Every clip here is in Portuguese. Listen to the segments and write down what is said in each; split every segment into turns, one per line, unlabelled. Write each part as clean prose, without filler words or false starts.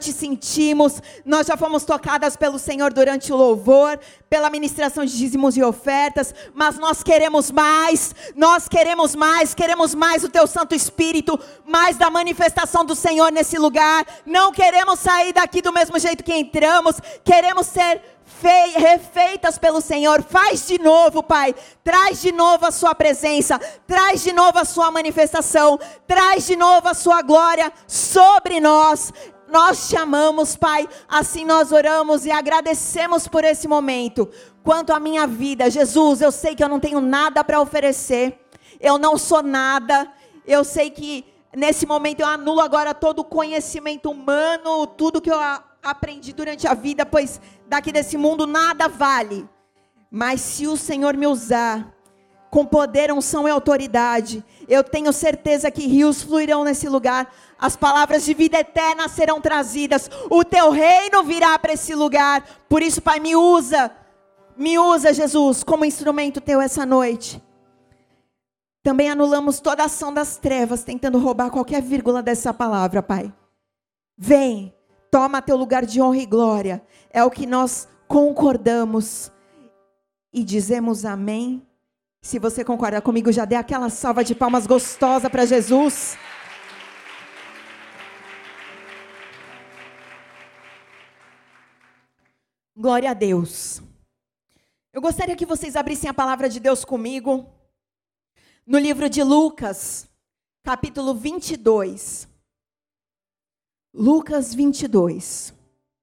te sentimos, nós já fomos tocadas pelo Senhor durante o louvor, pela ministração de dízimos e ofertas, mas nós queremos mais o teu Santo Espírito, mais da manifestação do Senhor nesse lugar. Não queremos sair daqui do mesmo jeito que entramos, queremos ser refeitas pelo Senhor. Faz de novo, Pai, traz de novo a sua presença, traz de novo a sua manifestação, traz de novo a sua glória sobre nós. Nós te amamos, Pai, assim nós oramos e agradecemos por esse momento. Quanto à minha vida, Jesus, eu sei que eu não tenho nada para oferecer, eu não sou nada, eu sei que nesse momento eu anulo agora todo o conhecimento humano, tudo que eu aprendi durante a vida, pois daqui desse mundo nada vale. Mas se o Senhor me usar com poder, unção e autoridade, eu tenho certeza que rios fluirão nesse lugar, as palavras de vida eterna serão trazidas, o teu reino virá para esse lugar. Por isso, Pai, me usa, Jesus, como instrumento teu essa noite. Também anulamos toda a ação das trevas, tentando roubar qualquer vírgula dessa palavra, Pai. Vem, toma teu lugar de honra e glória, é o que nós concordamos e dizemos amém. Se você concorda comigo, já dê aquela salva de palmas gostosa para Jesus. Glória a Deus. Eu gostaria que vocês abrissem a palavra de Deus comigo, no livro de Lucas, capítulo 22. Lucas 22.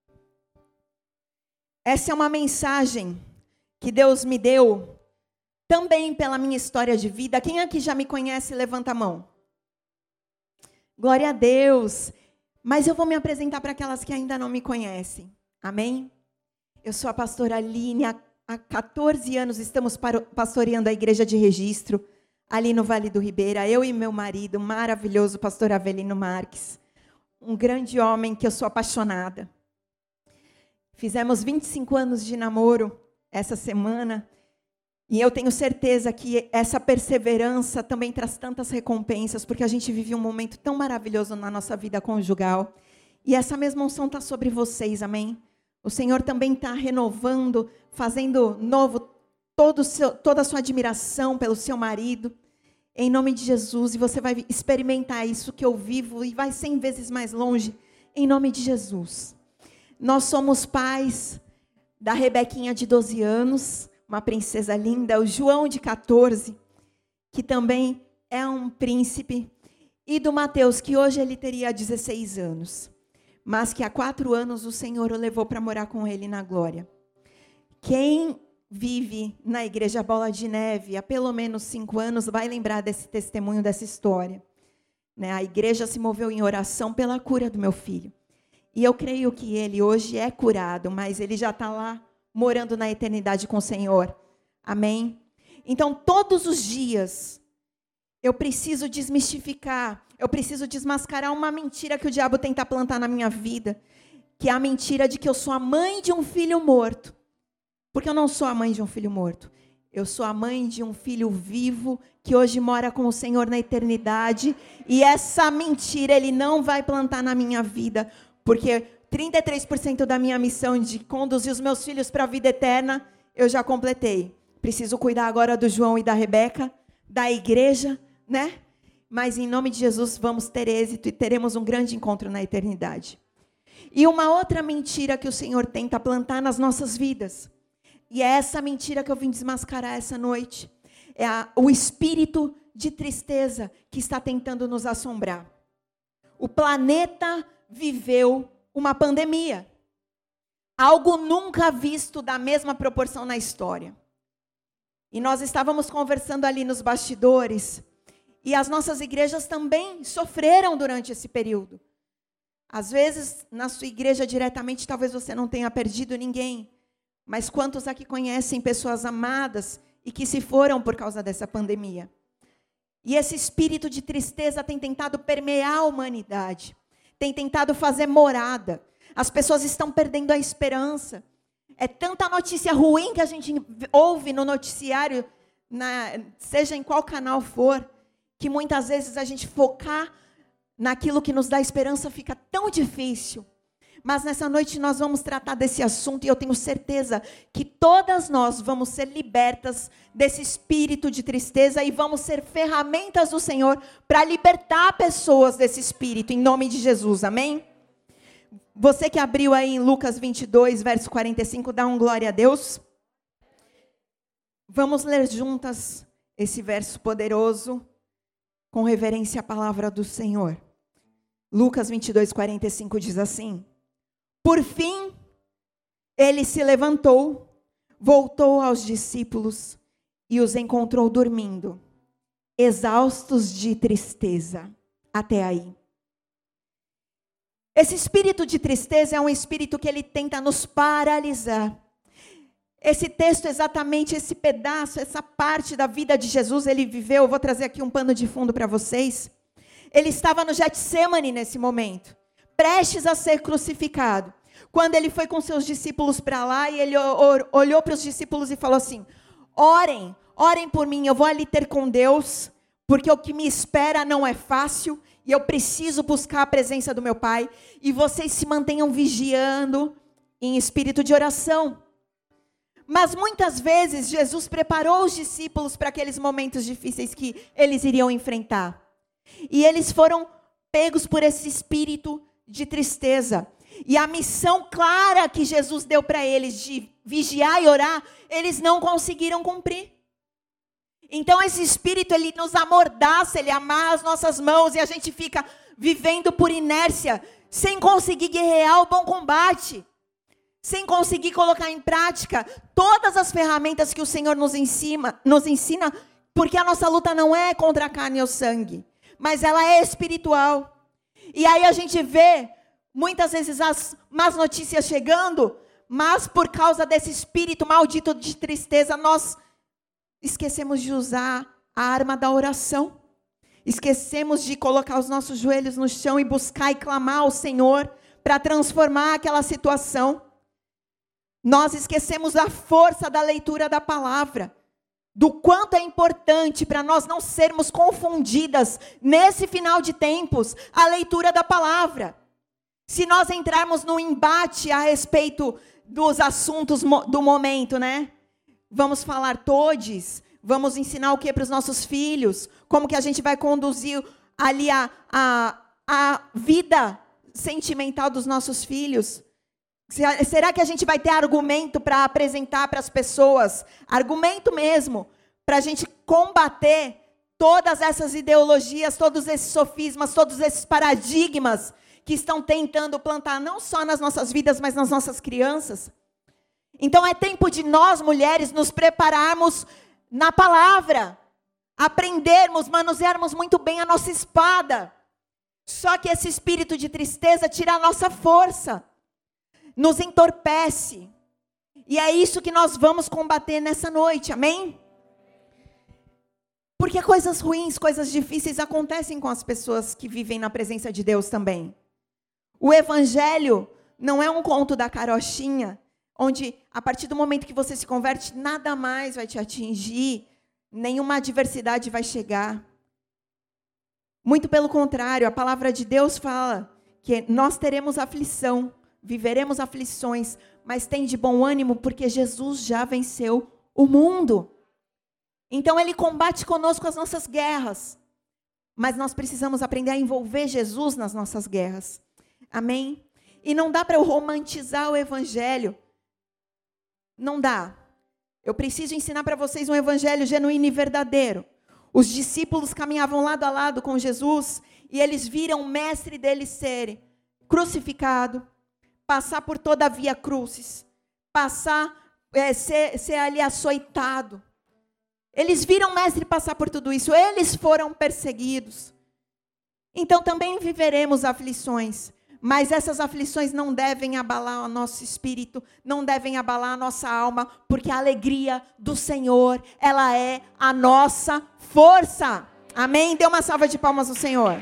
Essa é uma mensagem que Deus me deu também pela minha história de vida. Quem aqui já me conhece, levanta a mão. Glória a Deus. Mas eu vou me apresentar para aquelas que ainda não me conhecem. Amém? Eu sou a pastora Aline. Há 14 anos estamos pastoreando a igreja de Registro, ali no Vale do Ribeira. Eu e meu marido, maravilhoso, pastor Avelino Marques. Um grande homem que eu sou apaixonada. Fizemos 25 anos de namoro essa semana. E eu tenho certeza que essa perseverança também traz tantas recompensas, porque a gente vive um momento tão maravilhoso na nossa vida conjugal. E essa mesma unção está sobre vocês, amém? O Senhor também está renovando, fazendo novo toda a sua admiração pelo seu marido, em nome de Jesus. E você vai experimentar isso que eu vivo e vai 100 vezes mais longe, em nome de Jesus. Nós somos pais da Rebequinha de 12 anos, uma princesa linda, o João de 14, que também é um príncipe, e do Mateus, que hoje ele teria 16 anos, mas que há 4 anos o Senhor o levou para morar com ele na glória. Quem vive na igreja Bola de Neve há pelo menos 5 anos vai lembrar desse testemunho, dessa história. A igreja se moveu em oração pela cura do meu filho. E eu creio que ele hoje é curado, mas ele já está lá, morando na eternidade com o Senhor. Amém? Então, todos os dias, eu preciso desmistificar, eu preciso desmascarar uma mentira que o diabo tenta plantar na minha vida, que é a mentira de que eu sou a mãe de um filho morto. Porque eu não sou a mãe de um filho morto. Eu sou a mãe de um filho vivo, que hoje mora com o Senhor na eternidade. E essa mentira ele não vai plantar na minha vida, porque 33% da minha missão de conduzir os meus filhos para a vida eterna, eu já completei. Preciso cuidar agora do João e da Rebeca, da igreja, né? Mas em nome de Jesus vamos ter êxito e teremos um grande encontro na eternidade. E uma outra mentira que o Senhor tenta plantar nas nossas vidas, e é essa mentira que eu vim desmascarar essa noite, é o espírito de tristeza que está tentando nos assombrar. O planeta viveu uma pandemia, algo nunca visto da mesma proporção na história. E nós estávamos conversando ali nos bastidores, e as nossas igrejas também sofreram durante esse período. Às vezes, na sua igreja diretamente, talvez você não tenha perdido ninguém, mas quantos aqui conhecem pessoas amadas e que se foram por causa dessa pandemia? E esse espírito de tristeza tem tentado permear a humanidade, tem tentado fazer morada. As pessoas estão perdendo a esperança. É tanta notícia ruim que a gente ouve no noticiário, seja em qual canal for, que muitas vezes a gente focar naquilo que nos dá esperança fica tão difícil. Mas nessa noite nós vamos tratar desse assunto e eu tenho certeza que todas nós vamos ser libertas desse espírito de tristeza e vamos ser ferramentas do Senhor para libertar pessoas desse espírito, em nome de Jesus, amém? Você que abriu aí em Lucas 22, verso 45, dá um glória a Deus. Vamos ler juntas esse verso poderoso, com reverência à palavra do Senhor. Lucas 22, 45 diz assim: por fim, ele se levantou, voltou aos discípulos e os encontrou dormindo, exaustos de tristeza. Até aí. Esse espírito de tristeza é um espírito que ele tenta nos paralisar. Esse texto, exatamente esse pedaço, essa parte da vida de Jesus, ele viveu. Eu vou trazer aqui um pano de fundo para vocês. Ele estava no Getsêmani nesse momento, prestes a ser crucificado. Quando ele foi com seus discípulos para lá, e ele olhou para os discípulos e falou assim: orem por mim, eu vou ali ter com Deus, porque o que me espera não é fácil, e eu preciso buscar a presença do meu Pai, e vocês se mantenham vigiando em espírito de oração. Mas muitas vezes Jesus preparou os discípulos para aqueles momentos difíceis que eles iriam enfrentar. E eles foram pegos por esse espírito de tristeza. E a missão clara que Jesus deu para eles de vigiar e orar, eles não conseguiram cumprir. Então esse espírito, ele nos amordaça, ele amarra as nossas mãos e a gente fica vivendo por inércia, sem conseguir guerrear o bom combate, sem conseguir colocar em prática todas as ferramentas que o Senhor nos ensina, porque a nossa luta não é contra a carne ou sangue, mas ela é espiritual. E aí a gente vê muitas vezes as más notícias chegando, mas por causa desse espírito maldito de tristeza, nós esquecemos de usar a arma da oração. Esquecemos de colocar os nossos joelhos no chão e buscar e clamar ao Senhor para transformar aquela situação. Nós esquecemos a força da leitura da palavra, do quanto é importante para nós não sermos confundidas nesse final de tempos, a leitura da palavra. Se nós entrarmos no embate a respeito dos assuntos do momento, né? Vamos falar todes, vamos ensinar o que para os nossos filhos, como que a gente vai conduzir ali a vida sentimental dos nossos filhos. Será que a gente vai ter argumento para apresentar para as pessoas? Argumento mesmo, para a gente combater todas essas ideologias, todos esses sofismas, todos esses paradigmas que estão tentando plantar não só nas nossas vidas, mas nas nossas crianças. Então é tempo de nós, mulheres, nos prepararmos na palavra, aprendermos, manusearmos muito bem a nossa espada. Só que esse espírito de tristeza tira a nossa força, nos entorpece. E é isso que nós vamos combater nessa noite, amém? Porque coisas ruins, coisas difíceis acontecem com as pessoas que vivem na presença de Deus também. O evangelho não é um conto da carochinha, onde a partir do momento que você se converte, nada mais vai te atingir, nenhuma adversidade vai chegar. Muito pelo contrário, a palavra de Deus fala que nós teremos aflição, viveremos aflições, mas tem de bom ânimo, porque Jesus já venceu o mundo. Então ele combate conosco as nossas guerras, mas nós precisamos aprender a envolver Jesus nas nossas guerras. Amém? E não dá para eu romantizar o evangelho. Não dá. Eu preciso ensinar para vocês um evangelho genuíno e verdadeiro. Os discípulos caminhavam lado a lado com Jesus e eles viram o mestre deles ser crucificado, passar por toda a via crucis, ser ali açoitado. Eles viram o mestre passar por tudo isso, eles foram perseguidos. Então também viveremos aflições, mas essas aflições não devem abalar o nosso espírito, não devem abalar a nossa alma, porque a alegria do Senhor, ela é a nossa força. Amém? Dê uma salva de palmas ao Senhor.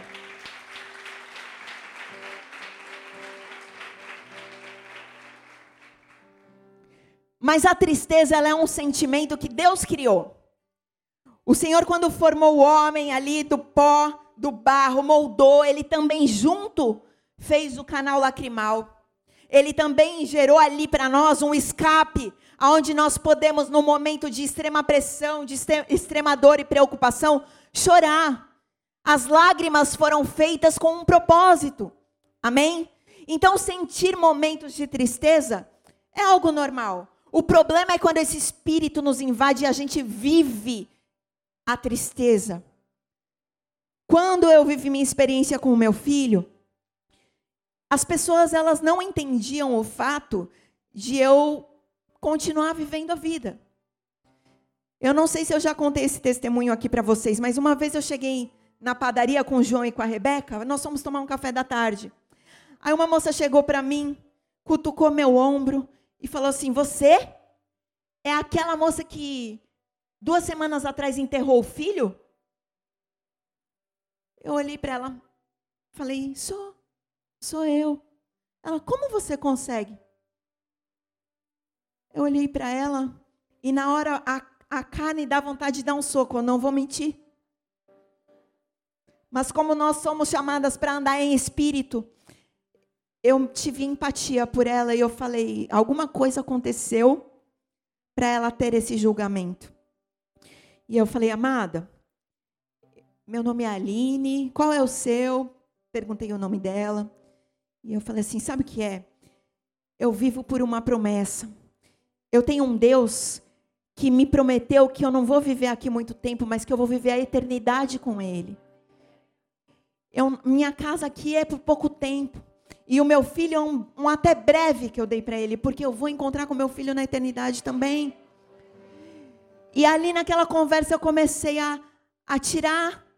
Mas a tristeza, ela é um sentimento que Deus criou. O Senhor, quando formou o homem ali do pó, do barro, moldou, ele também junto fez o canal lacrimal. Ele também gerou ali para nós um escape, onde nós podemos, no momento de extrema pressão, de extrema dor e preocupação, chorar. As lágrimas foram feitas com um propósito. Amém? Então, sentir momentos de tristeza é algo normal. O problema é quando esse espírito nos invade e a gente vive a tristeza. Quando eu vivi minha experiência com o meu filho, as pessoas, elas não entendiam o fato de eu continuar vivendo a vida. Eu não sei se eu já contei esse testemunho aqui para vocês, mas uma vez eu cheguei na padaria com o João e com a Rebeca, nós fomos tomar um café da tarde. Aí uma moça chegou para mim, cutucou meu ombro e falou assim: você é aquela moça que 2 semanas atrás enterrou o filho? Eu olhei para ela, falei: sou eu. Ela: como você consegue? Eu olhei para ela e na hora a carne dá vontade de dar um soco, eu não vou mentir. Mas como nós somos chamadas para andar em espírito, eu tive empatia por ela e eu falei: alguma coisa aconteceu para ela ter esse julgamento. E eu falei: amada, meu nome é Aline, qual é o seu? Perguntei o nome dela. E eu falei assim: sabe o que é? Eu vivo por uma promessa. Eu tenho um Deus que me prometeu que eu não vou viver aqui muito tempo, mas que eu vou viver a eternidade com Ele. Minha casa aqui é por pouco tempo. E o meu filho é um até breve que eu dei para ele, porque eu vou encontrar com meu filho na eternidade também. E ali naquela conversa eu comecei a tirar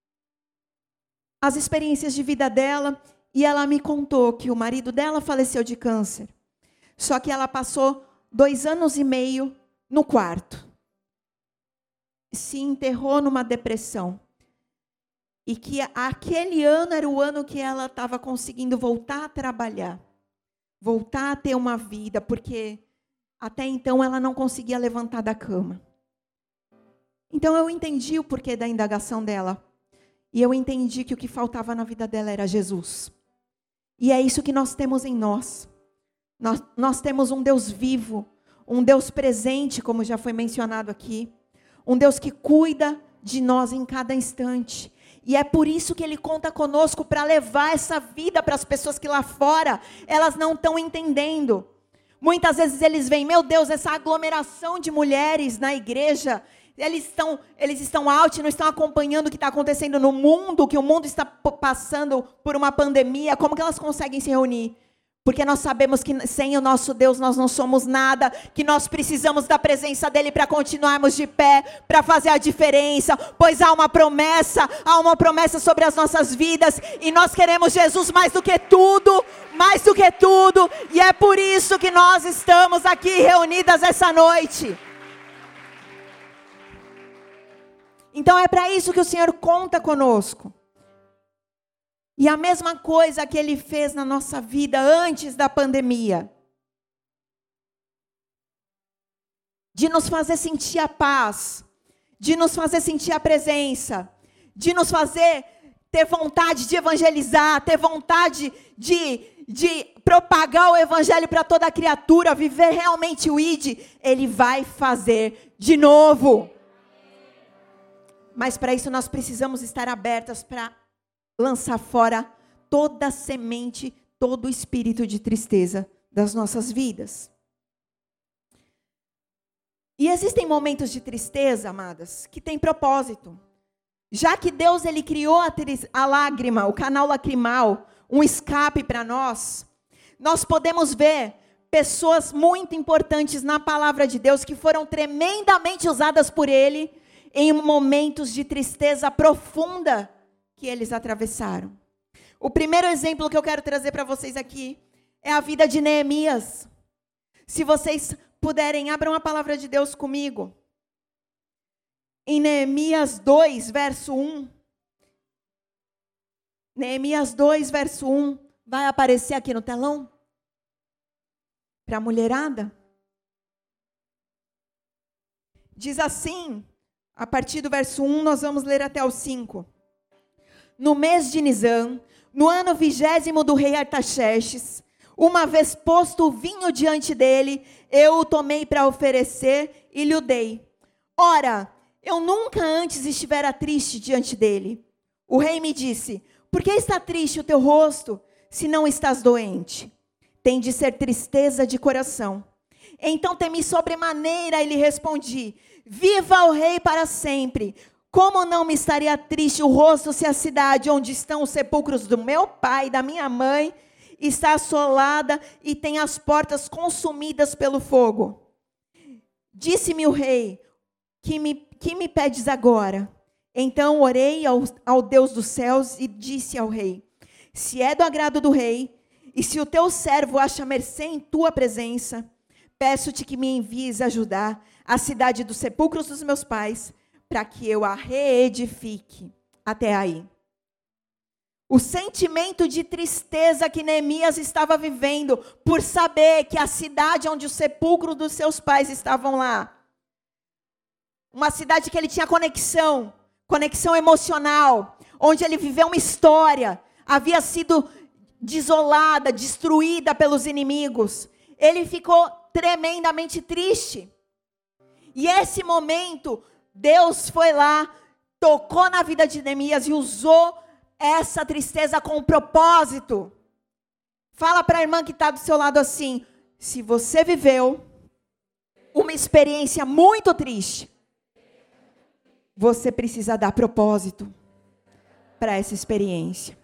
as experiências de vida dela. E ela me contou que o marido dela faleceu de câncer. Só que ela passou 2 anos e meio no quarto. Se enterrou numa depressão. E que aquele ano era o ano que ela estava conseguindo voltar a trabalhar. Voltar a ter uma vida, porque até então ela não conseguia levantar da cama. Então eu entendi o porquê da indagação dela. E eu entendi que o que faltava na vida dela era Jesus. E é isso que nós temos em nós. Nós temos um Deus vivo, um Deus presente, como já foi mencionado aqui. Um Deus que cuida de nós em cada instante. E é por isso que Ele conta conosco para levar essa vida para as pessoas que lá fora, elas não estão entendendo. Muitas vezes eles veem: meu Deus, essa aglomeração de mulheres na igreja, eles estão out, não estão acompanhando o que está acontecendo no mundo, que o mundo está passando por uma pandemia, como que elas conseguem se reunir? Porque nós sabemos que sem o nosso Deus nós não somos nada, que nós precisamos da presença dEle para continuarmos de pé, para fazer a diferença, pois há uma promessa sobre as nossas vidas, e nós queremos Jesus mais do que tudo, e é por isso que nós estamos aqui reunidas essa noite. Então é para isso que o Senhor conta conosco. E a mesma coisa que Ele fez na nossa vida antes da pandemia. De nos fazer sentir a paz. De nos fazer sentir a presença. De nos fazer ter vontade de evangelizar. Ter vontade de propagar o evangelho para toda criatura. Viver realmente o ID. Ele vai fazer de novo. Mas para isso nós precisamos estar abertas para lançar fora toda semente, todo espírito de tristeza das nossas vidas. E existem momentos de tristeza, amadas, que têm propósito. Já que Deus ele criou a lágrima, o canal lacrimal, um escape para nós, nós podemos ver pessoas muito importantes na palavra de Deus que foram tremendamente usadas por Ele em momentos de tristeza profunda que eles atravessaram. O primeiro exemplo que eu quero trazer para vocês aqui é a vida de Neemias. Se vocês puderem, abram a palavra de Deus comigo. Em Neemias 2, verso 1. Neemias 2, verso 1. Vai aparecer aqui no telão? Para a mulherada. Diz assim, a partir do verso 1, nós vamos ler até o 5. No mês de Nisan, no ano 20º do rei Artaxerxes, Uma vez posto o vinho diante dele, eu o tomei para oferecer e lhe o dei. Ora, eu nunca antes estivera triste diante dele. O rei me disse: por que está triste o teu rosto, se não estás doente? Tem de ser tristeza de coração. Então temi sobremaneira e lhe respondi: viva o rei para sempre. Como não me estaria triste o rosto se a cidade onde estão os sepulcros do meu pai e da minha mãe está assolada e tem as portas consumidas pelo fogo? Disse-me o rei: que me pedes agora? Então orei ao Deus dos céus e disse ao rei: se é do agrado do rei, e se o teu servo acha mercê em tua presença, peço-te que me envies ajudar a cidade dos sepulcros dos meus pais, para que eu a reedifique. Até aí. O sentimento de tristeza que Neemias estava vivendo, por saber que a cidade onde o sepulcro dos seus pais estavam lá, uma cidade que ele tinha conexão emocional, onde ele viveu uma história, havia sido desolada, destruída pelos inimigos. Ele ficou tremendamente triste. E esse momento, Deus foi lá, tocou na vida de Neemias e usou essa tristeza com um propósito. Fala para a irmã que está do seu lado assim: se você viveu uma experiência muito triste, você precisa dar propósito para essa experiência.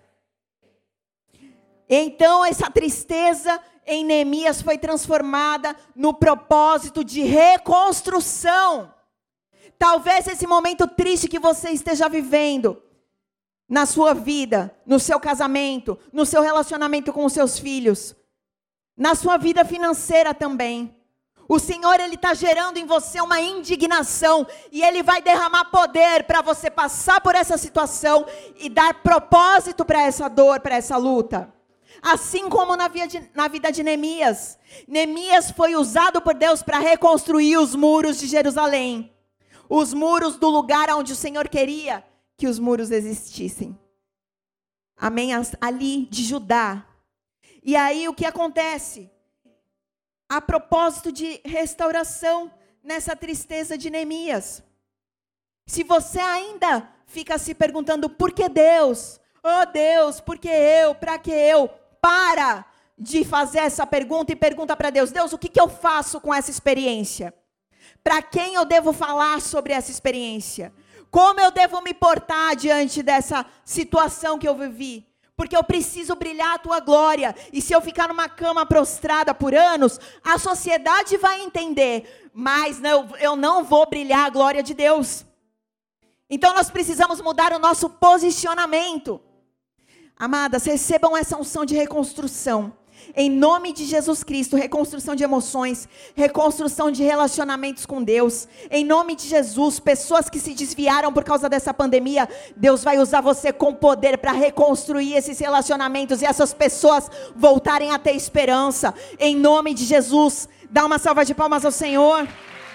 Então essa tristeza em Neemias foi transformada no propósito de reconstrução. Talvez esse momento triste que você esteja vivendo na sua vida, no seu casamento, no seu relacionamento com os seus filhos, na sua vida financeira também. O Senhor, Ele está gerando em você uma indignação, e Ele vai derramar poder para você passar por essa situação e dar propósito para essa dor, para essa luta. Assim como na vida de Neemias. Neemias foi usado por Deus para reconstruir os muros de Jerusalém. Os muros do lugar onde o Senhor queria que os muros existissem. Amém? Ali de Judá. E aí o que acontece? A propósito de restauração nessa tristeza de Neemias. Se você ainda fica se perguntando: por que Deus? Oh Deus, por que eu? Para que eu? Para de fazer essa pergunta e pergunta para Deus: Deus, o que eu faço com essa experiência? Para quem eu devo falar sobre essa experiência? Como eu devo me portar diante dessa situação que eu vivi? Porque eu preciso brilhar a tua glória. E se eu ficar numa cama prostrada por anos, a sociedade vai entender. Mas eu não vou brilhar a glória de Deus. Então nós precisamos mudar o nosso posicionamento. Amadas, recebam essa unção de reconstrução. Em nome de Jesus Cristo, reconstrução de emoções, reconstrução de relacionamentos com Deus. Em nome de Jesus, pessoas que se desviaram por causa dessa pandemia, Deus vai usar você com poder para reconstruir esses relacionamentos e essas pessoas voltarem a ter esperança. Em nome de Jesus, dá uma salva de palmas ao Senhor.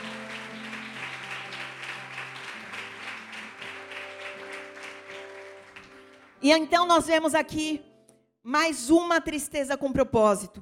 E então nós vemos aqui mais uma tristeza com propósito.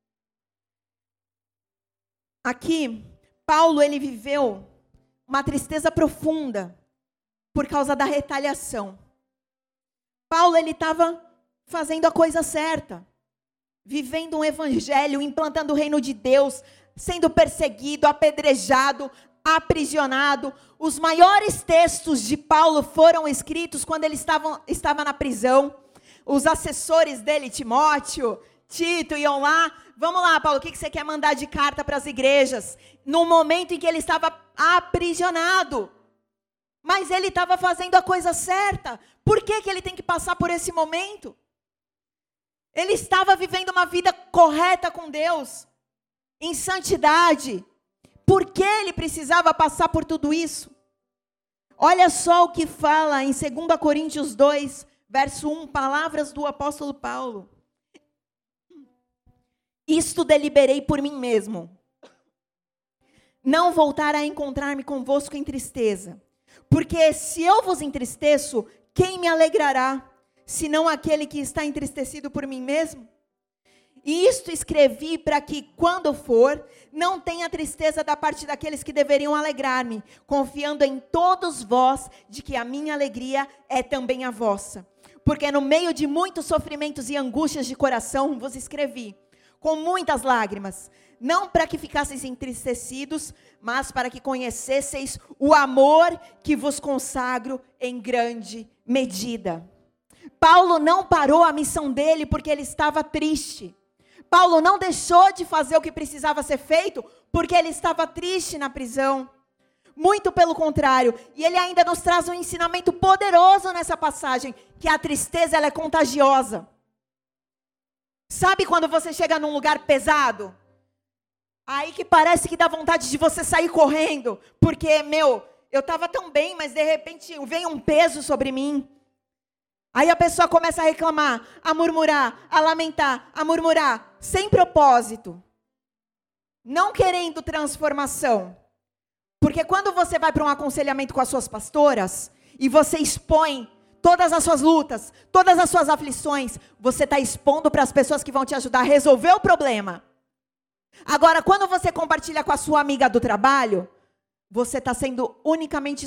Aqui, Paulo, ele viveu uma tristeza profunda por causa da retaliação. Paulo, ele estava fazendo a coisa certa, vivendo um evangelho, implantando o reino de Deus, sendo perseguido, apedrejado, aprisionado. Os maiores textos de Paulo foram escritos quando ele estava na prisão. Os assessores dele, Timóteo, Tito, iam lá: vamos lá, Paulo, o que você quer mandar de carta para as igrejas? No momento em que ele estava aprisionado. Mas ele estava fazendo a coisa certa. Por que ele tem que passar por esse momento? Ele estava vivendo uma vida correta com Deus, em santidade. Por que ele precisava passar por tudo isso? Olha só o que fala em 2 Coríntios 2, verso 1, palavras do apóstolo Paulo. Isto deliberei por mim mesmo, não voltar a encontrar-me convosco em tristeza. Porque se eu vos entristeço, quem me alegrará, senão aquele que está entristecido por mim mesmo? Isto escrevi para que, quando for, não tenha tristeza da parte daqueles que deveriam alegrar-me, confiando em todos vós de que a minha alegria é também a vossa. Porque no meio de muitos sofrimentos e angústias de coração vos escrevi, com muitas lágrimas, não para que ficasseis entristecidos, mas para que conhecesseis o amor que vos consagro em grande medida. Paulo não parou a missão dele porque ele estava triste. Paulo não deixou de fazer o que precisava ser feito porque ele estava triste na prisão. Muito pelo contrário. E ele ainda nos traz um ensinamento poderoso nessa passagem, que a tristeza ela é contagiosa. Sabe quando você chega num lugar pesado? Aí que parece que dá vontade de você sair correndo. Porque, eu estava tão bem, mas de repente vem um peso sobre mim. Aí a pessoa começa a reclamar, a murmurar, a lamentar, a murmurar, sem propósito. Não querendo transformação. Porque quando você vai para um aconselhamento com as suas pastoras, e você expõe todas as suas lutas, todas as suas aflições, você está expondo para as pessoas que vão te ajudar a resolver o problema. Agora, quando você compartilha com a sua amiga do trabalho, você está sendo unicamente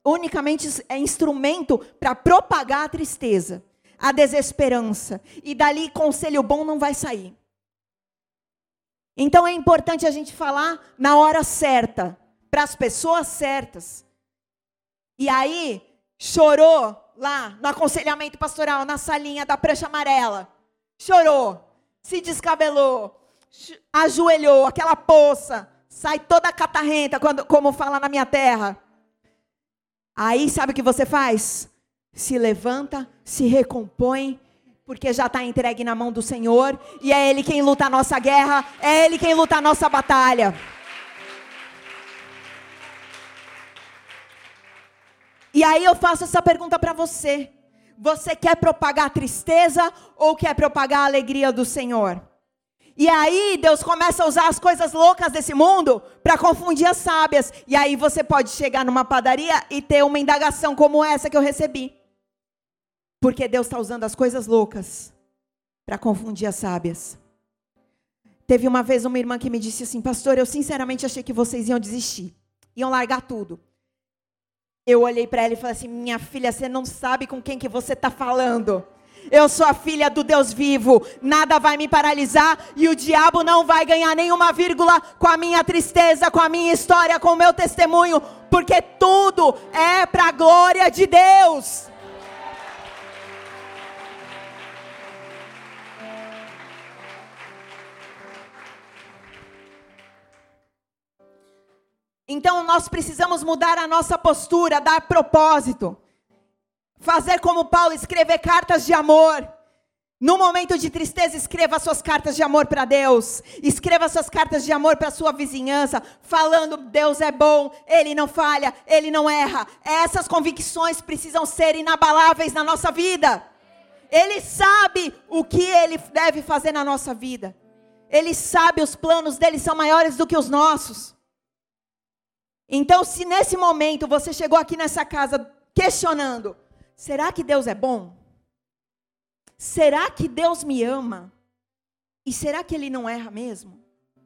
instrumento para propagar a tristeza, a desesperança. E dali conselho bom não vai sair. Então é importante a gente falar na hora certa, para as pessoas certas. E aí, chorou lá no aconselhamento pastoral, na salinha da prancha amarela. Chorou, se descabelou, ajoelhou, aquela poça, sai toda catarrenta, como fala na minha terra. Aí sabe o que você faz? Se levanta, se recompõe, porque já está entregue na mão do Senhor, e é Ele quem luta a nossa guerra, é Ele quem luta a nossa batalha. E aí eu faço essa pergunta para você. Você quer propagar a tristeza ou quer propagar a alegria do Senhor? E aí Deus começa a usar as coisas loucas desse mundo para confundir as sábias. E aí você pode chegar numa padaria e ter uma indagação como essa que eu recebi. Porque Deus está usando as coisas loucas para confundir as sábias. Teve uma vez uma irmã que me disse assim: pastor, eu sinceramente achei que vocês iam desistir. Iam largar tudo. Eu olhei para ela e falei assim: minha filha, você não sabe com quem que você está falando. Eu sou a filha do Deus vivo, nada vai me paralisar e o diabo não vai ganhar nenhuma vírgula com a minha tristeza, com a minha história, com o meu testemunho, porque tudo é para a glória de Deus. Então nós precisamos mudar a nossa postura, dar propósito. Fazer como Paulo, escrever cartas de amor. No momento de tristeza, escreva suas cartas de amor para Deus. Escreva suas cartas de amor para a sua vizinhança, falando: Deus é bom, Ele não falha, Ele não erra. Essas convicções precisam ser inabaláveis na nossa vida. Ele sabe o que Ele deve fazer na nossa vida. Ele sabe, os planos dele são maiores do que os nossos. Então, se nesse momento você chegou aqui nessa casa questionando: será que Deus é bom? Será que Deus me ama? E será que Ele não erra mesmo?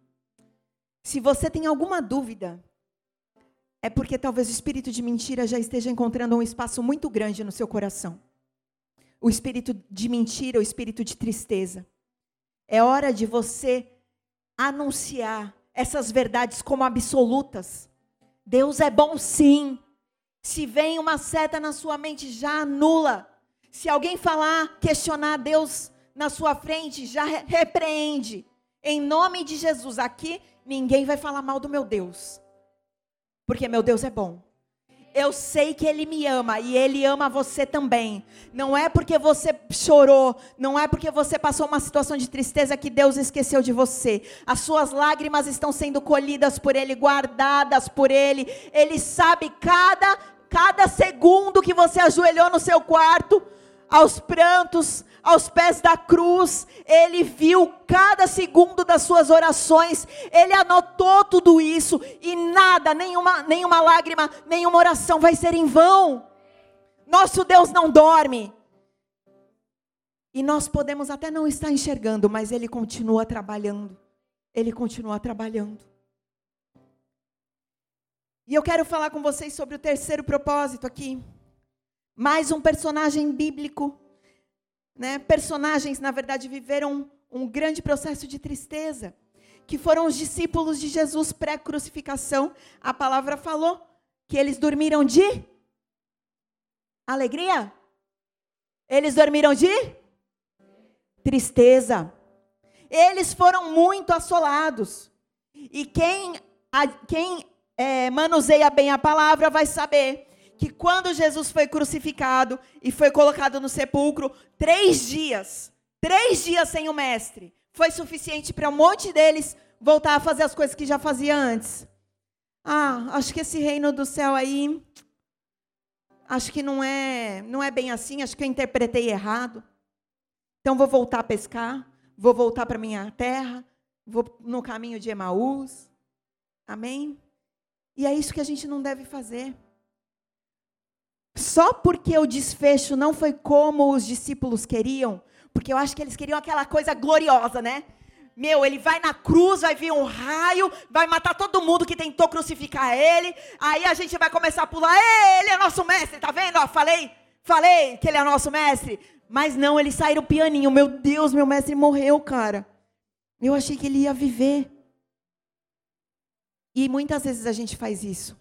Se você tem alguma dúvida, é porque talvez o espírito de mentira já esteja encontrando um espaço muito grande no seu coração. O espírito de mentira, o espírito de tristeza. É hora de você anunciar essas verdades como absolutas. Deus é bom sim. Se vem uma seta na sua mente, já anula. Se alguém falar, questionar Deus na sua frente, já repreende. Em nome de Jesus, aqui ninguém vai falar mal do meu Deus. Porque meu Deus é bom. Eu sei que Ele me ama e Ele ama você também. Não é porque você chorou, não é porque você passou uma situação de tristeza que Deus esqueceu de você. As suas lágrimas estão sendo colhidas por Ele, guardadas por Ele. Ele sabe cada segundo que você ajoelhou no seu quarto, aos prantos, aos pés da cruz. Ele viu cada segundo das suas orações. Ele anotou tudo isso. E nada, nenhuma lágrima, nenhuma oração vai ser em vão. Nosso Deus não dorme. E nós podemos até não estar enxergando, mas Ele continua trabalhando. Ele continua trabalhando. E eu quero falar com vocês sobre o terceiro propósito aqui. Mais um personagem bíblico, né? Personagens, na verdade, viveram um grande processo de tristeza, que foram os discípulos de Jesus pré-crucificação. A palavra falou que eles dormiram de alegria. Eles dormiram de tristeza. Eles foram muito assolados. E quem manuseia bem a palavra vai saber que quando Jesus foi crucificado e foi colocado no sepulcro, 3 dias sem o mestre, foi suficiente para um monte deles voltar a fazer as coisas que já fazia antes. Acho que esse reino do céu aí, acho que não é bem assim, acho que eu interpretei errado. Então vou voltar a pescar, vou voltar para minha terra, vou no caminho de Emaús. Amém? E é isso que a gente não deve fazer. Só porque o desfecho não foi como os discípulos queriam, porque eu acho que eles queriam aquela coisa gloriosa, né? Ele vai na cruz, vai vir um raio, vai matar todo mundo que tentou crucificar ele, aí a gente vai começar a pular, ele é nosso mestre, tá vendo? Falei que ele é nosso mestre. Mas não, eles saíram pianinho. Meu Deus, meu mestre morreu, cara. Eu achei que ele ia viver. E muitas vezes a gente faz isso.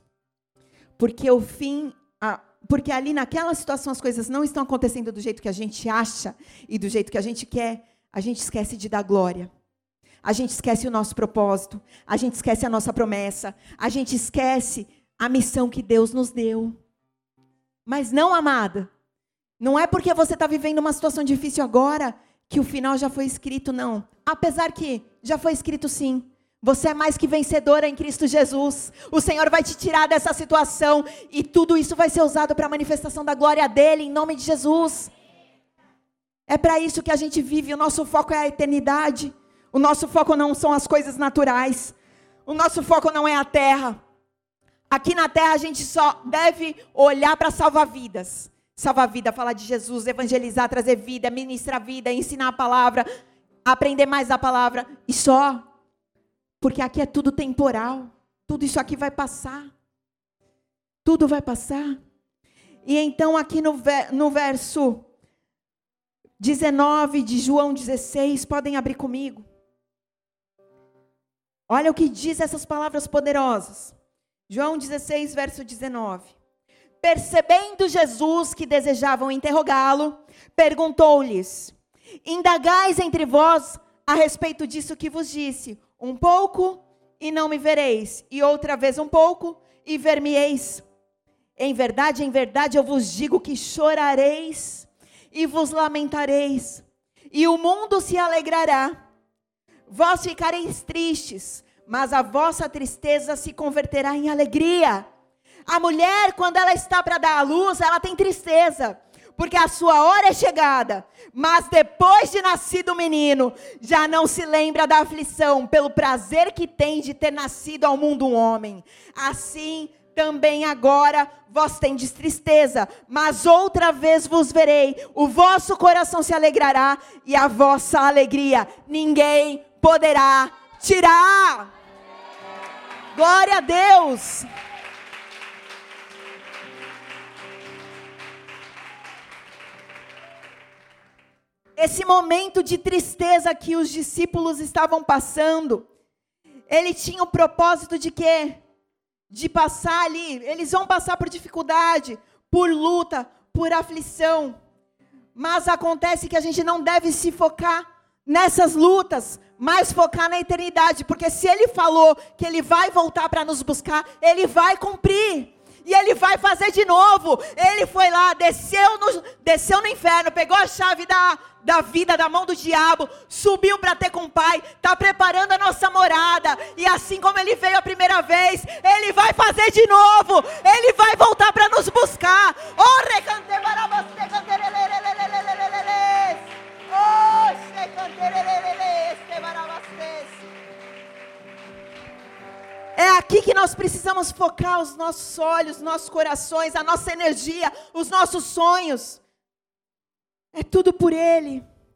Porque ali naquela situação as coisas não estão acontecendo do jeito que a gente acha e do jeito que a gente quer. A gente esquece de dar glória. A gente esquece o nosso propósito. A gente esquece a nossa promessa. A gente esquece a missão que Deus nos deu. Mas não, amada. Não é porque você está vivendo uma situação difícil agora que o final já foi escrito, não. Apesar que já foi escrito sim. Você é mais que vencedora em Cristo Jesus. O Senhor vai te tirar dessa situação e tudo isso vai ser usado para a manifestação da glória dEle, em nome de Jesus. É para isso que a gente vive. O nosso foco é a eternidade. O nosso foco não são as coisas naturais. O nosso foco não é a terra. Aqui na terra a gente só deve olhar para salvar vidas. Salvar vida, falar de Jesus, evangelizar, trazer vida, ministrar vida, ensinar a palavra, aprender mais da palavra. E só. Porque aqui é tudo temporal. Tudo isso aqui vai passar. Tudo vai passar. E então aqui no verso 19 de João 16, podem abrir comigo. Olha o que diz essas palavras poderosas. João 16, verso 19. Percebendo Jesus que desejavam interrogá-lo, perguntou-lhes: indagais entre vós a respeito disso que vos disse, um pouco e não me vereis, e outra vez um pouco e ver-me-eis. Em verdade, eu vos digo que chorareis e vos lamentareis, e o mundo se alegrará. Vós ficareis tristes, mas a vossa tristeza se converterá em alegria. A mulher, quando ela está para dar à luz, ela tem tristeza, porque a sua hora é chegada. Mas depois de nascido o menino, já não se lembra da aflição, pelo prazer que tem de ter nascido ao mundo um homem. Assim também agora vós tendes tristeza, mas outra vez vos verei, o vosso coração se alegrará, e a vossa alegria ninguém poderá tirar. Glória a Deus! Esse momento de tristeza que os discípulos estavam passando, ele tinha o propósito de quê? De passar ali, eles vão passar por dificuldade, por luta, por aflição. Mas acontece que a gente não deve se focar nessas lutas, mas focar na eternidade, porque se ele falou que ele vai voltar para nos buscar, ele vai cumprir. E ele vai fazer de novo. Ele foi lá, desceu no inferno, pegou a chave da vida da mão do diabo, subiu para ter com o Pai, está preparando a nossa morada. E assim como ele veio a primeira vez, ele vai fazer de novo. Ele vai voltar para nos buscar. É aqui que nós precisamos focar os nossos olhos, os nossos corações, a nossa energia, os nossos sonhos. É tudo por Ele.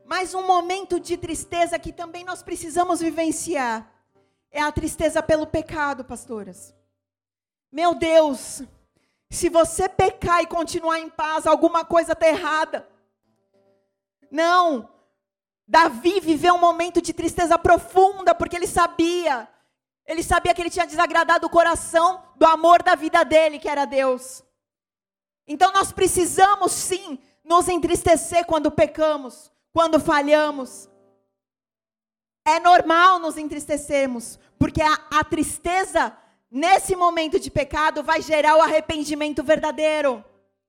Mas um momento de tristeza que também nós precisamos vivenciar é a tristeza pelo pecado, pastoras. Meu Deus, se você pecar e continuar em paz, alguma coisa está errada. Não, Davi viveu um momento de tristeza profunda, porque ele sabia que ele tinha desagradado o coração do amor da vida dele, que era Deus. Então nós precisamos sim nos entristecer quando pecamos, quando falhamos. É normal nos entristecermos, porque a tristeza nesse momento de pecado vai gerar o arrependimento verdadeiro.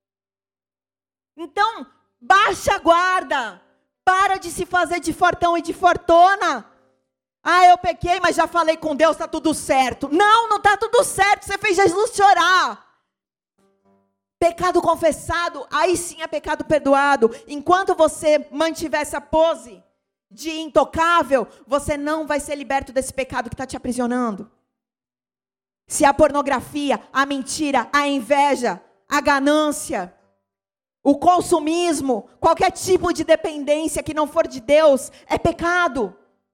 Então, baixa a guarda, para de se fazer de fortão e de fortona. Ah, eu pequei, mas já falei com Deus, está tudo certo. Não está tudo certo, você fez Jesus chorar. Pecado confessado, aí sim é pecado perdoado. Enquanto você mantiver essa pose de intocável, você não vai ser liberto desse pecado que está te aprisionando. Se a pornografia, a mentira, a inveja, a ganância, o consumismo, qualquer tipo de dependência que não for de Deus, é pecado.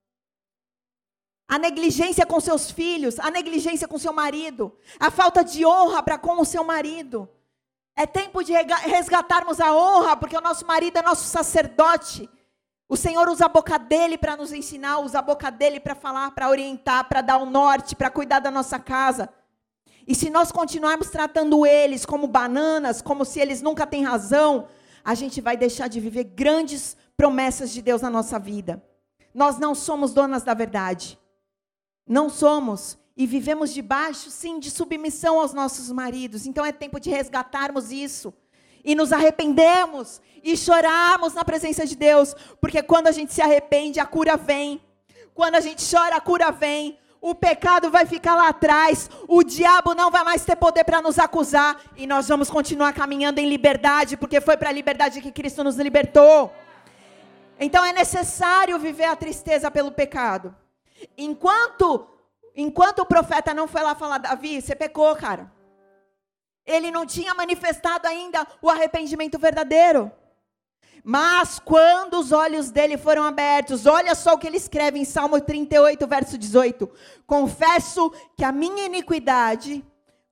A negligência com seus filhos, a negligência com seu marido, a falta de honra para com o seu marido. É tempo de resgatarmos a honra, porque o nosso marido é nosso sacerdote. O Senhor usa a boca dele para nos ensinar, usa a boca dele para falar, para orientar, para dar o norte, para cuidar da nossa casa. E se nós continuarmos tratando eles como bananas, como se eles nunca têm razão, a gente vai deixar de viver grandes promessas de Deus na nossa vida. Nós não somos donas da verdade. Não somos. E vivemos debaixo, sim, de submissão aos nossos maridos. Então é tempo de resgatarmos isso. E nos arrependermos. E chorarmos na presença de Deus. Porque quando a gente se arrepende, a cura vem. Quando a gente chora, a cura vem. O pecado vai ficar lá atrás. O diabo não vai mais ter poder para nos acusar. E nós vamos continuar caminhando em liberdade. Porque foi para a liberdade que Cristo nos libertou. Então é necessário viver a tristeza pelo pecado. Enquanto o profeta não foi lá falar, Davi, você pecou, cara. Ele não tinha manifestado ainda o arrependimento verdadeiro. Mas quando os olhos dele foram abertos, olha só o que ele escreve em Salmo 38, verso 18. Confesso a minha iniquidade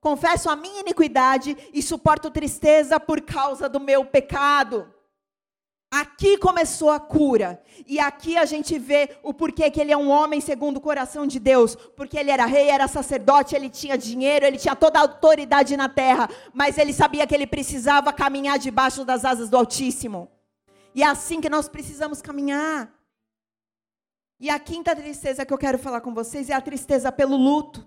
e suporto tristeza por causa do meu pecado. Aqui começou a cura. E aqui a gente vê o porquê que ele é um homem segundo o coração de Deus. Porque ele era rei, era sacerdote, ele tinha dinheiro, ele tinha toda a autoridade na terra. Mas ele sabia que ele precisava caminhar debaixo das asas do Altíssimo. E é assim que nós precisamos caminhar. E a quinta tristeza que eu quero falar com vocês é a tristeza pelo luto.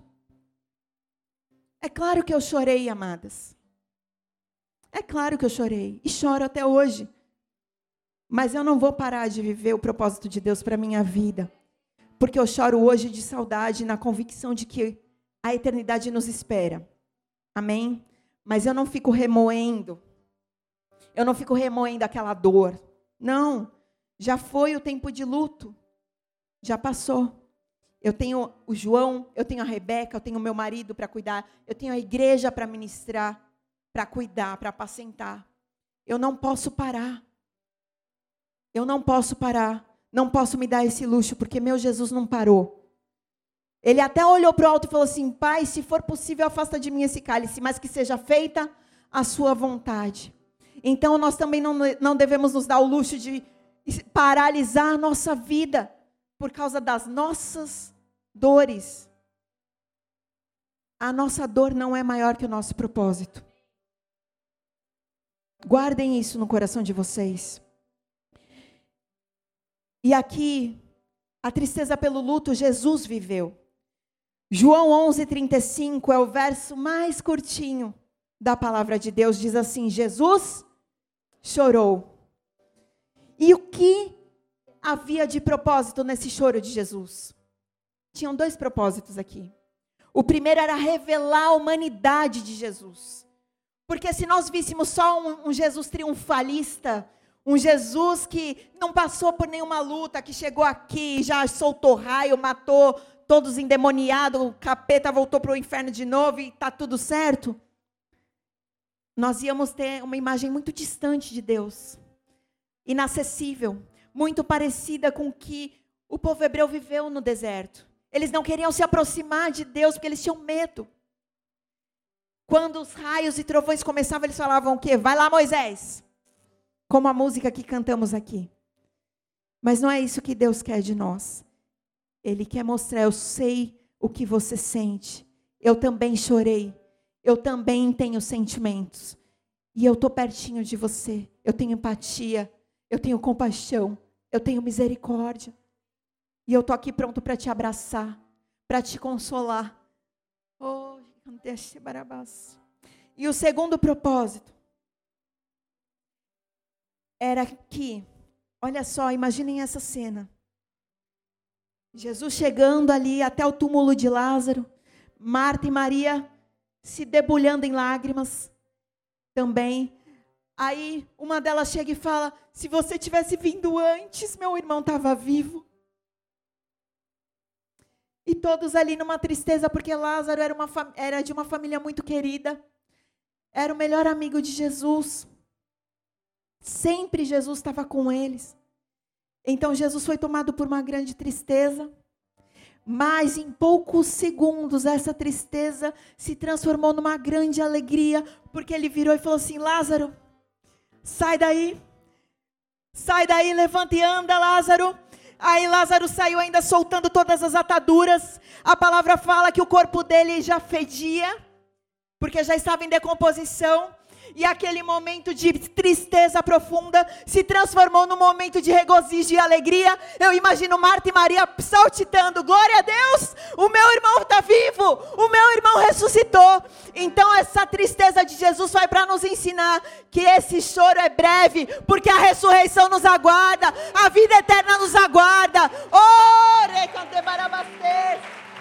É claro que eu chorei, amadas. É claro que eu chorei. E choro até hoje. Mas eu não vou parar de viver o propósito de Deus para a minha vida. Porque eu choro hoje de saudade, na convicção de que a eternidade nos espera. Amém? Mas eu não fico remoendo. Eu não fico remoendo aquela dor. Não. Já foi o tempo de luto. Já passou. Eu tenho o João, eu tenho a Rebeca, eu tenho o meu marido para cuidar. Eu tenho a igreja para ministrar, para cuidar, para apacentar. Eu não posso parar. Eu não posso parar, não posso me dar esse luxo, porque meu Jesus não parou. Ele até olhou para o alto e falou assim, Pai, se for possível, afasta de mim esse cálice, mas que seja feita a sua vontade. Então nós também não devemos nos dar o luxo de paralisar a nossa vida, por causa das nossas dores. A nossa dor não é maior que o nosso propósito. Guardem isso no coração de vocês. E aqui, a tristeza pelo luto, Jesus viveu. João 11:35 é o verso mais curtinho da palavra de Deus. Diz assim, Jesus chorou. E o que havia de propósito nesse choro de Jesus? Tinham dois propósitos aqui. O primeiro era revelar a humanidade de Jesus. Porque se nós víssemos só um Jesus triunfalista, um Jesus que não passou por nenhuma luta, que chegou aqui, já soltou raio, matou todos endemoniados, o capeta voltou para o inferno de novo e está tudo certo. Nós íamos ter uma imagem muito distante de Deus, inacessível. muito parecida com o que o povo hebreu viveu no deserto. Eles não queriam se aproximar de Deus porque eles tinham medo. Quando os raios e trovões começavam, eles falavam o quê? Vai lá, Moisés. Como a música que cantamos aqui. Mas não é isso que Deus quer de nós. Ele quer mostrar, eu sei o que você sente. Eu também chorei. Eu também tenho sentimentos. E eu estou pertinho de você. Eu tenho empatia. Eu tenho compaixão. Eu tenho misericórdia. E eu estou aqui pronto para te abraçar. Para te consolar. Oh, e o segundo propósito. Era que, olha só, imaginem essa cena. Jesus chegando ali até o túmulo de Lázaro. Marta e Maria se debulhando em lágrimas também. Aí uma delas chega e fala, se você tivesse vindo antes, meu irmão estava vivo. E todos ali numa tristeza, porque Lázaro era de uma família muito querida. Era o melhor amigo de Jesus. Sempre Jesus estava com eles. Então Jesus foi tomado por uma grande tristeza. Mas em poucos segundos essa tristeza se transformou numa grande alegria. Porque ele virou e falou assim, Lázaro, sai daí. Sai daí, levanta e anda, Lázaro. Aí Lázaro saiu ainda soltando todas as ataduras. A palavra fala que o corpo dele já fedia. Porque já estava em decomposição. E aquele momento de tristeza profunda se transformou num momento de regozijo e alegria. Eu imagino Marta e Maria saltitando, glória a Deus, o meu irmão está vivo, o meu irmão ressuscitou. Então essa tristeza de Jesus foi para nos ensinar que esse choro é breve, porque a ressurreição nos aguarda, a vida eterna nos aguarda. Oh, recante barabastez.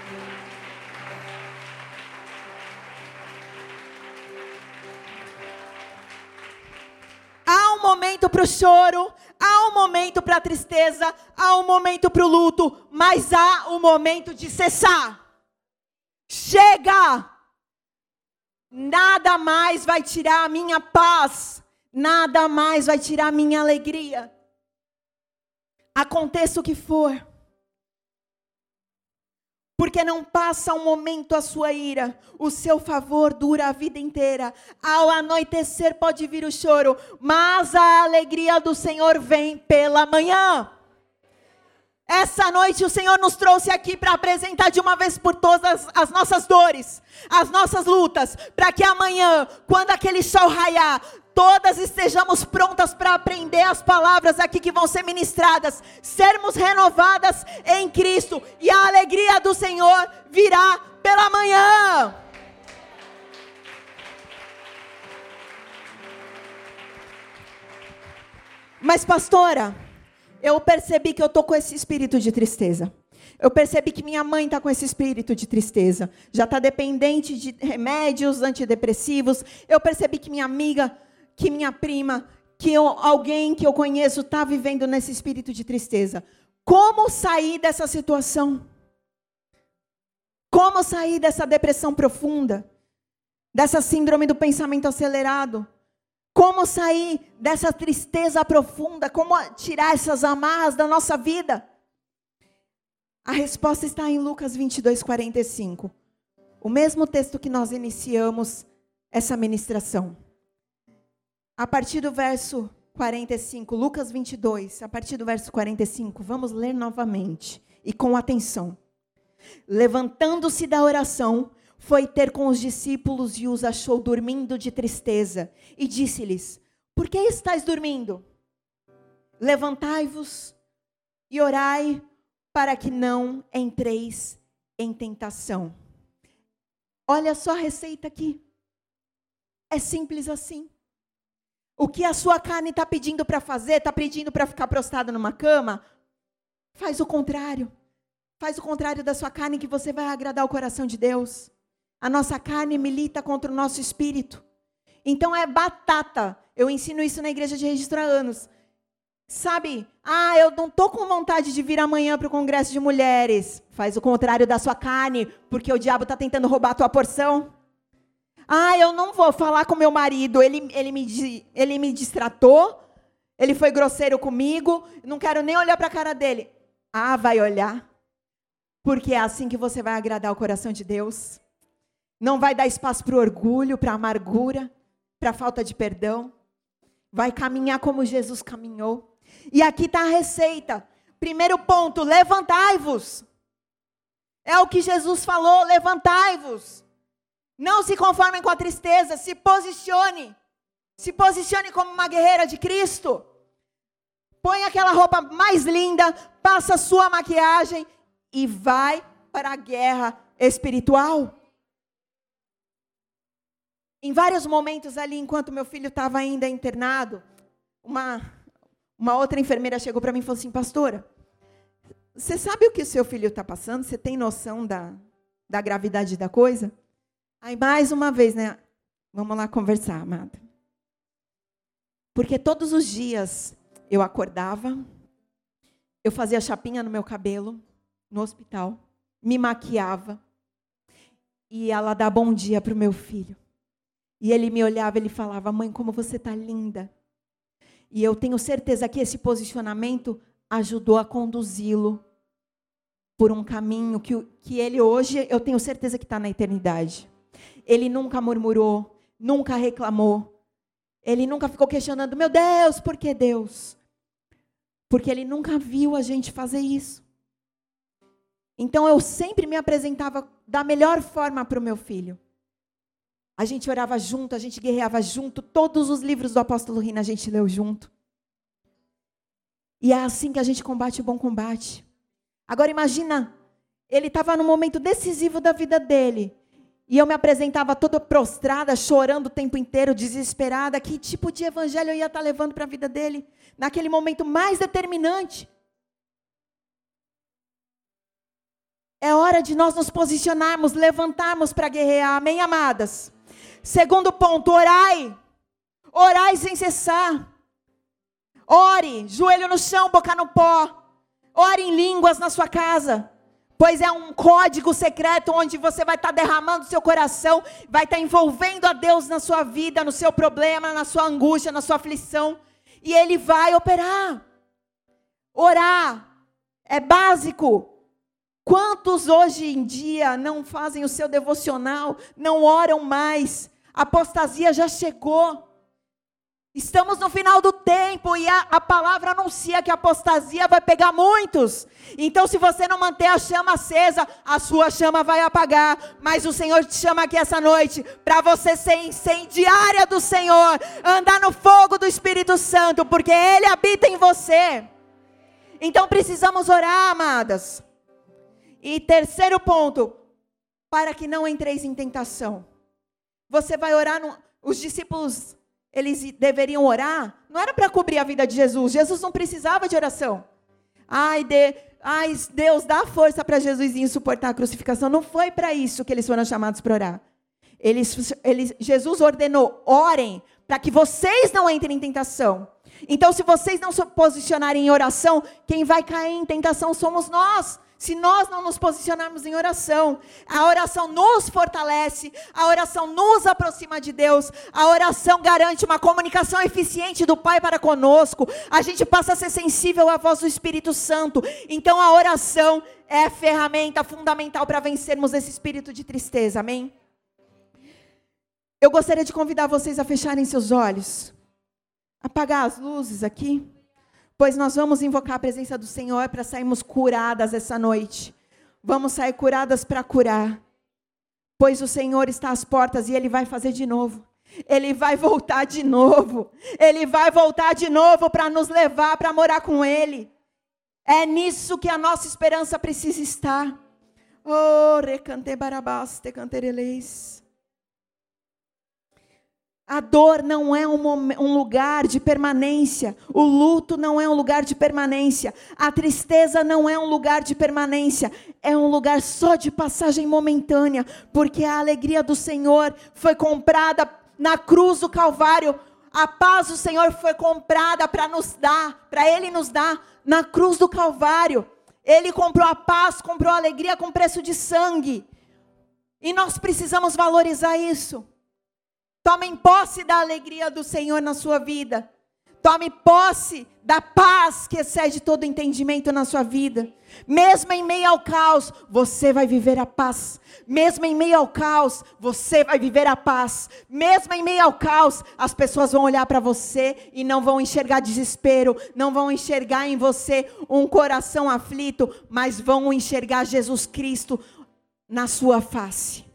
Há um momento para o choro, há um momento para a tristeza, há um momento para o luto, mas há um momento de cessar. Chega! Nada mais vai tirar a minha paz, nada mais vai tirar a minha alegria. Aconteça o que for. Porque não passa um momento a sua ira, o seu favor dura a vida inteira. Ao anoitecer pode vir o choro, mas a alegria do Senhor vem pela manhã. Essa noite o Senhor nos trouxe aqui para apresentar de uma vez por todas as nossas dores, as nossas lutas, para que amanhã, quando aquele sol raiar, todas estejamos prontas para aprender as palavras aqui que vão ser ministradas, sermos renovadas em Cristo, e a alegria do Senhor virá pela manhã. Mas pastora, eu percebi que eu estou com esse espírito de tristeza. Eu percebi que minha mãe está com esse espírito de tristeza. Já está dependente de remédios antidepressivos. Eu percebi que minha amiga, que minha prima, alguém que eu conheço está vivendo nesse espírito de tristeza. Como sair dessa situação? Como sair dessa depressão profunda? Dessa síndrome do pensamento acelerado? Como sair dessa tristeza profunda? Como tirar essas amarras da nossa vida? A resposta está em Lucas 22:45. O mesmo texto que nós iniciamos essa ministração. A partir do verso 45, Lucas 22, a partir do verso 45, vamos ler novamente e com atenção. Levantando-se da oração, foi ter com os discípulos e os achou dormindo de tristeza. E disse-lhes, por que estáis dormindo? Levantai-vos e orai para que não entreis em tentação. Olha só a receita aqui. É simples assim. O que a sua carne está pedindo para fazer, está pedindo para ficar prostrado numa cama, faz o contrário. Faz o contrário da sua carne que você vai agradar o coração de Deus. A nossa carne milita contra o nosso espírito. Então é batata. Eu ensino isso na igreja de registro há anos. Sabe? Eu não estou com vontade de vir amanhã para o congresso de mulheres. Faz o contrário da sua carne, porque o diabo está tentando roubar a tua porção. Eu não vou falar com meu marido. Ele me distratou. Ele foi grosseiro comigo, não quero nem olhar para a cara dele. Ah, vai olhar. Porque é assim que você vai agradar o coração de Deus. Não vai dar espaço para o orgulho, para a amargura, para a falta de perdão. Vai caminhar como Jesus caminhou. E aqui está a receita. Primeiro ponto, levantai-vos. É o que Jesus falou, levantai-vos. Não se conformem com a tristeza, se posicione. Se posicione como uma guerreira de Cristo. Põe aquela roupa mais linda, passa a sua maquiagem e vai para a guerra espiritual. Em vários momentos ali, enquanto meu filho estava ainda internado, uma outra enfermeira chegou para mim e falou assim: pastora, você sabe o que o seu filho está passando? Você tem noção da gravidade da coisa? Aí mais uma vez, né? Vamos lá conversar, amada. Porque todos os dias eu acordava, eu fazia chapinha no meu cabelo, no hospital, me maquiava, e ia lá dar bom dia para o meu filho. E ele me olhava, ele falava: mãe, como você está linda. E eu tenho certeza que esse posicionamento ajudou a conduzi-lo por um caminho que ele hoje, eu tenho certeza que está na eternidade. Ele nunca murmurou, nunca reclamou. Ele nunca ficou questionando: meu Deus, por que Deus? Porque ele nunca viu a gente fazer isso. Então eu sempre me apresentava da melhor forma para o meu filho. A gente orava junto, a gente guerreava junto, todos os livros do apóstolo Rina a gente leu junto. E é assim que a gente combate o bom combate. Agora imagina, ele estava num momento decisivo da vida dele. E eu me apresentava toda prostrada, chorando o tempo inteiro, desesperada. Que tipo de evangelho eu ia estar levando para a vida dele? Naquele momento mais determinante. É hora de nós nos posicionarmos, levantarmos para guerrear. Amém, amadas? Segundo ponto, orai. Orai sem cessar. Ore, joelho no chão, boca no pó. Ore em línguas na sua casa. Pois é um código secreto onde você vai estar derramando seu coração, vai estar envolvendo a Deus na sua vida, no seu problema, na sua angústia, na sua aflição. E Ele vai operar. Orar é básico. Quantos hoje em dia não fazem o seu devocional, não oram mais? A apostasia já chegou. Estamos no final do tempo e a palavra anuncia que a apostasia vai pegar muitos. Então, se você não manter a chama acesa, a sua chama vai apagar. Mas o Senhor te chama aqui essa noite para você ser incendiária do Senhor, andar no fogo do Espírito Santo, porque Ele habita em você. Então, precisamos orar, amadas. E terceiro ponto, para que não entreis em tentação. Você vai orar, os discípulos, eles deveriam orar, não era para cobrir a vida de Jesus. Jesus não precisava de oração. Ai, Deus, dá força para Jesusinho suportar a crucificação. Não foi para isso que eles foram chamados para orar. Jesus ordenou: orem, para que vocês não entrem em tentação. Então, se vocês não se posicionarem em oração, quem vai cair em tentação somos nós. Se nós não nos posicionarmos em oração, a oração nos fortalece, a oração nos aproxima de Deus, a oração garante uma comunicação eficiente do Pai para conosco, a gente passa a ser sensível à voz do Espírito Santo. Então a oração é a ferramenta fundamental para vencermos esse espírito de tristeza, amém? Eu gostaria de convidar vocês a fecharem seus olhos, apagar as luzes aqui. Pois nós vamos invocar a presença do Senhor para sairmos curadas essa noite. Vamos sair curadas para curar. Pois o Senhor está às portas e Ele vai fazer de novo. Ele vai voltar de novo. Ele vai voltar de novo para nos levar para morar com Ele. É nisso que a nossa esperança precisa estar. Oh, recante barabás, te cantereleis. A dor não é um lugar de permanência. O luto não é um lugar de permanência. A tristeza não é um lugar de permanência. É um lugar só de passagem momentânea. Porque a alegria do Senhor foi comprada na cruz do Calvário. A paz do Senhor foi comprada para nos dar, para Ele nos dar na cruz do Calvário. Ele comprou a paz, comprou a alegria com preço de sangue. E nós precisamos valorizar isso. Tomem posse da alegria do Senhor na sua vida. Tome posse da paz que excede todo entendimento na sua vida. Mesmo em meio ao caos, você vai viver a paz. Mesmo em meio ao caos, você vai viver a paz. Mesmo em meio ao caos, as pessoas vão olhar para você e não vão enxergar desespero, não vão enxergar em você um coração aflito, mas vão enxergar Jesus Cristo na sua face.